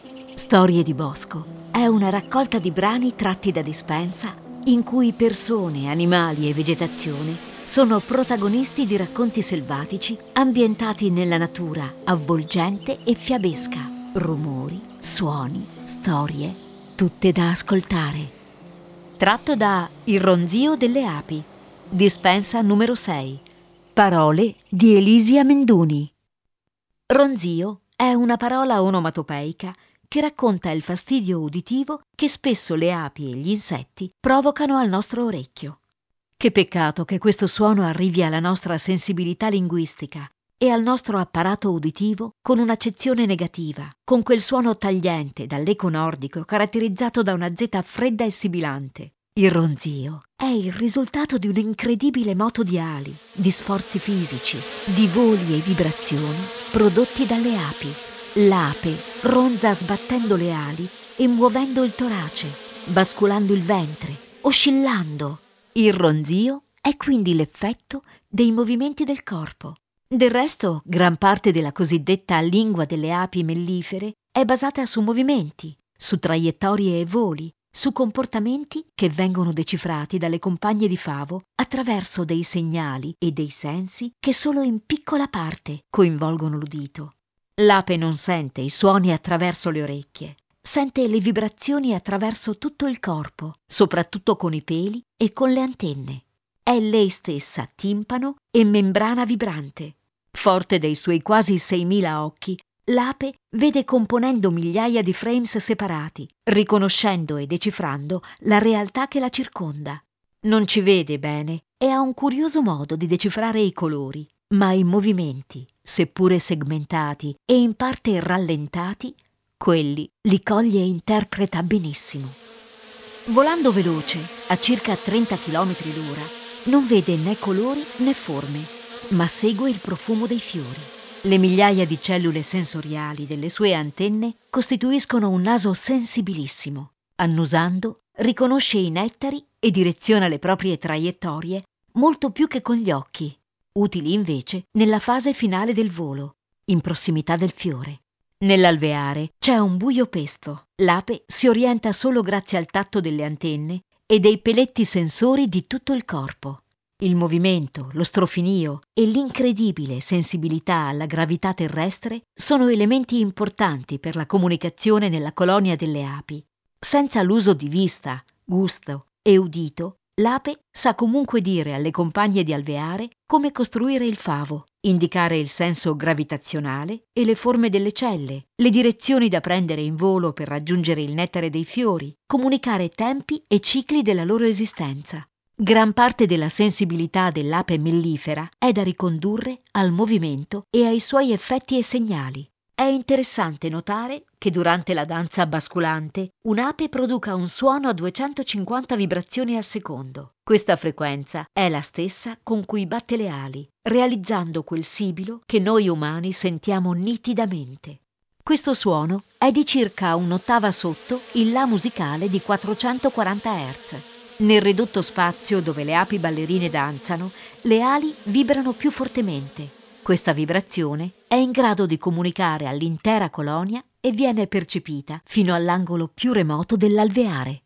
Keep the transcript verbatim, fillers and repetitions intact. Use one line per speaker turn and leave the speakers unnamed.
Storie di Bosco è una raccolta di brani tratti da Dispensa in cui persone, animali e vegetazione sono protagonisti di racconti selvatici ambientati nella natura avvolgente e fiabesca. Rumori, suoni, storie, tutte da ascoltare. Tratto da Il ronzio delle api, Dispensa numero sei. Parole di Elisia Menduni. Ronzio è una parola onomatopeica che racconta il fastidio uditivo che spesso le api e gli insetti provocano al nostro orecchio. Che peccato che questo suono arrivi alla nostra sensibilità linguistica e al nostro apparato uditivo con un'accezione negativa, con quel suono tagliente dall'eco nordico caratterizzato da una zeta fredda e sibilante. Il ronzio è il risultato di un incredibile moto di ali, di sforzi fisici, di voli e vibrazioni prodotti dalle api. L'ape ronza sbattendo le ali e muovendo il torace, basculando il ventre, oscillando. Il ronzio è quindi l'effetto dei movimenti del corpo. Del resto, gran parte della cosiddetta lingua delle api mellifere è basata su movimenti, su traiettorie e voli, su comportamenti che vengono decifrati dalle compagne di favo attraverso dei segnali e dei sensi che solo in piccola parte coinvolgono l'udito. L'ape non sente i suoni attraverso le orecchie, sente le vibrazioni attraverso tutto il corpo, soprattutto con i peli e con le antenne. È lei stessa timpano e membrana vibrante. Forte dei suoi quasi seimila occhi, l'ape vede componendo migliaia di frames separati, riconoscendo e decifrando la realtà che la circonda. Non ci vede bene e ha un curioso modo di decifrare i colori, ma i movimenti, seppure segmentati e in parte rallentati, quelli li coglie e interpreta benissimo. Volando veloce, a circa trenta chilometri l'ora, non vede né colori né forme, ma segue il profumo dei fiori. Le migliaia di cellule sensoriali delle sue antenne costituiscono un naso sensibilissimo. Annusando, riconosce i nettari e direziona le proprie traiettorie molto più che con gli occhi, utili invece nella fase finale del volo, in prossimità del fiore. Nell'alveare c'è un buio pesto. L'ape si orienta solo grazie al tatto delle antenne e dei peletti sensori di tutto il corpo. Il movimento, lo strofinio e l'incredibile sensibilità alla gravità terrestre sono elementi importanti per la comunicazione nella colonia delle api. Senza l'uso di vista, gusto e udito, l'ape sa comunque dire alle compagne di alveare come costruire il favo, indicare il senso gravitazionale e le forme delle celle, le direzioni da prendere in volo per raggiungere il nettare dei fiori, comunicare tempi e cicli della loro esistenza. Gran parte della sensibilità dell'ape mellifera è da ricondurre al movimento e ai suoi effetti e segnali. È interessante notare che durante la danza basculante un'ape produca un suono a duecentocinquanta vibrazioni al secondo. Questa frequenza è la stessa con cui batte le ali, realizzando quel sibilo che noi umani sentiamo nitidamente. Questo suono è di circa un'ottava sotto il La musicale di quattrocentoquaranta hertz. Nel ridotto spazio dove le api ballerine danzano, le ali vibrano più fortemente. Questa vibrazione è in grado di comunicare all'intera colonia e viene percepita fino all'angolo più remoto dell'alveare.